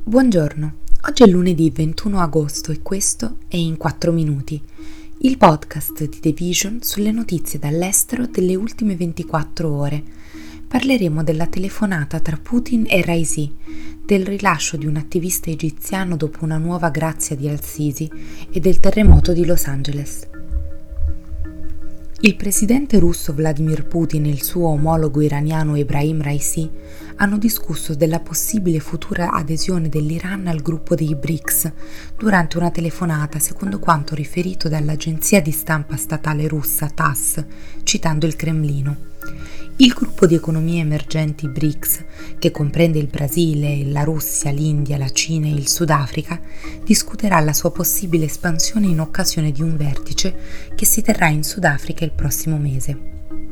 Buongiorno, oggi è lunedì 21 agosto e questo è In 4 Minuti, il podcast di The Vision sulle notizie dall'estero delle ultime 24 ore. Parleremo della telefonata tra Putin e Raisi, del rilascio di un attivista egiziano dopo una nuova grazia di al-Sisi e del terremoto di Los Angeles. Il presidente russo Vladimir Putin e il suo omologo iraniano Ebrahim Raisi hanno discusso della possibile futura adesione dell'Iran al gruppo dei BRICS durante una telefonata, secondo quanto riferito dall'agenzia di stampa statale russa TASS, citando il Cremlino. Il gruppo di economie emergenti BRICS, che comprende il Brasile, la Russia, l'India, la Cina e il Sudafrica, discuterà la sua possibile espansione in occasione di un vertice che si terrà in Sudafrica il prossimo mese.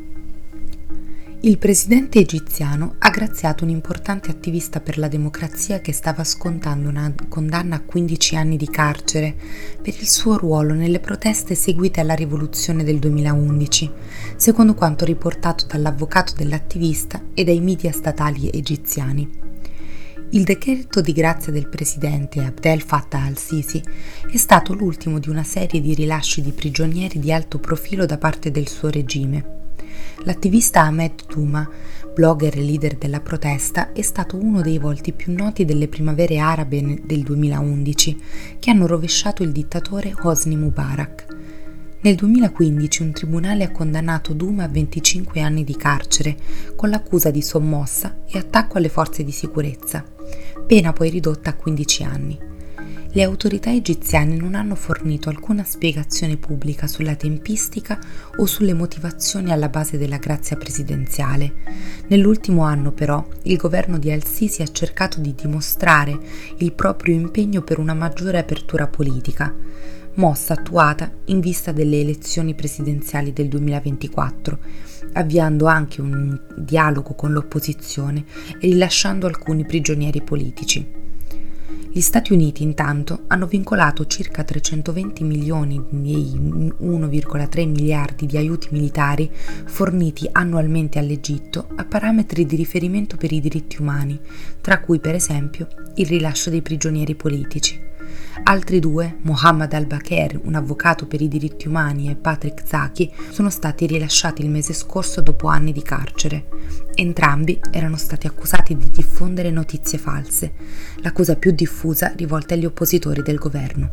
Il presidente egiziano ha graziato un importante attivista per la democrazia che stava scontando una condanna a 15 anni di carcere per il suo ruolo nelle proteste seguite alla rivoluzione del 2011, secondo quanto riportato dall'avvocato dell'attivista e dai media statali egiziani. Il decreto di grazia del presidente Abdel Fattah al-Sisi è stato l'ultimo di una serie di rilasci di prigionieri di alto profilo da parte del suo regime. L'attivista Ahmed Douma, blogger e leader della protesta, è stato uno dei volti più noti delle primavere arabe del 2011 che hanno rovesciato il dittatore Hosni Mubarak. Nel 2015 un tribunale ha condannato Douma a 25 anni di carcere con l'accusa di sommossa e attacco alle forze di sicurezza, pena poi ridotta a 15 anni. Le autorità egiziane non hanno fornito alcuna spiegazione pubblica sulla tempistica o sulle motivazioni alla base della grazia presidenziale. Nell'ultimo anno, però, il governo di al-Sisi ha cercato di dimostrare il proprio impegno per una maggiore apertura politica, mossa attuata in vista delle elezioni presidenziali del 2024, avviando anche un dialogo con l'opposizione e rilasciando alcuni prigionieri politici. Gli Stati Uniti, intanto, hanno vincolato circa 320 milioni dei 1,3 miliardi di aiuti militari forniti annualmente all'Egitto a parametri di riferimento per i diritti umani, tra cui per esempio il rilascio dei prigionieri politici. Altri due, Mohammed al-Bakr, un avvocato per i diritti umani, e Patrick Zaki, sono stati rilasciati il mese scorso dopo anni di carcere. Entrambi erano stati accusati di diffondere notizie false, l'accusa più diffusa rivolta agli oppositori del governo.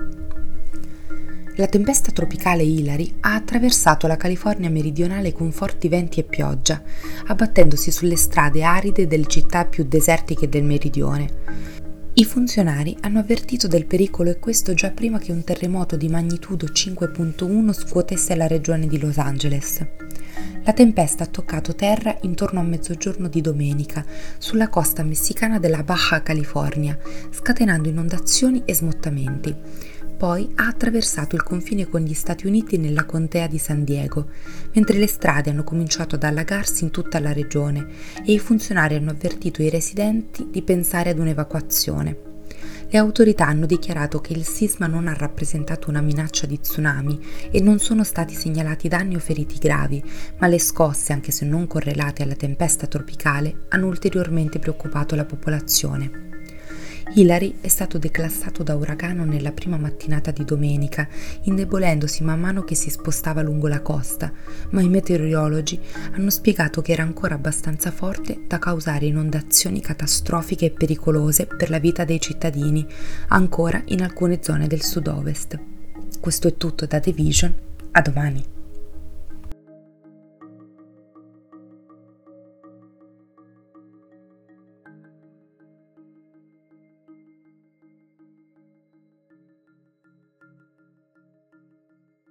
La tempesta tropicale Hilary ha attraversato la California meridionale con forti venti e pioggia, abbattendosi sulle strade aride delle città più desertiche del meridione. I funzionari hanno avvertito del pericolo e questo già prima che un terremoto di magnitudo 5.1 scuotesse la regione di Los Angeles. La tempesta ha toccato terra intorno a mezzogiorno di domenica sulla costa messicana della Baja California, scatenando inondazioni e smottamenti. Poi ha attraversato il confine con gli Stati Uniti nella contea di San Diego, mentre le strade hanno cominciato ad allagarsi in tutta la regione e i funzionari hanno avvertito i residenti di pensare ad un'evacuazione. Le autorità hanno dichiarato che il sisma non ha rappresentato una minaccia di tsunami e non sono stati segnalati danni o feriti gravi, ma le scosse, anche se non correlate alla tempesta tropicale, hanno ulteriormente preoccupato la popolazione. Hilary è stato declassato da uragano nella prima mattinata di domenica, indebolendosi man mano che si spostava lungo la costa, ma i meteorologi hanno spiegato che era ancora abbastanza forte da causare inondazioni catastrofiche e pericolose per la vita dei cittadini, ancora in alcune zone del sud-ovest. Questo è tutto da The Vision, a domani.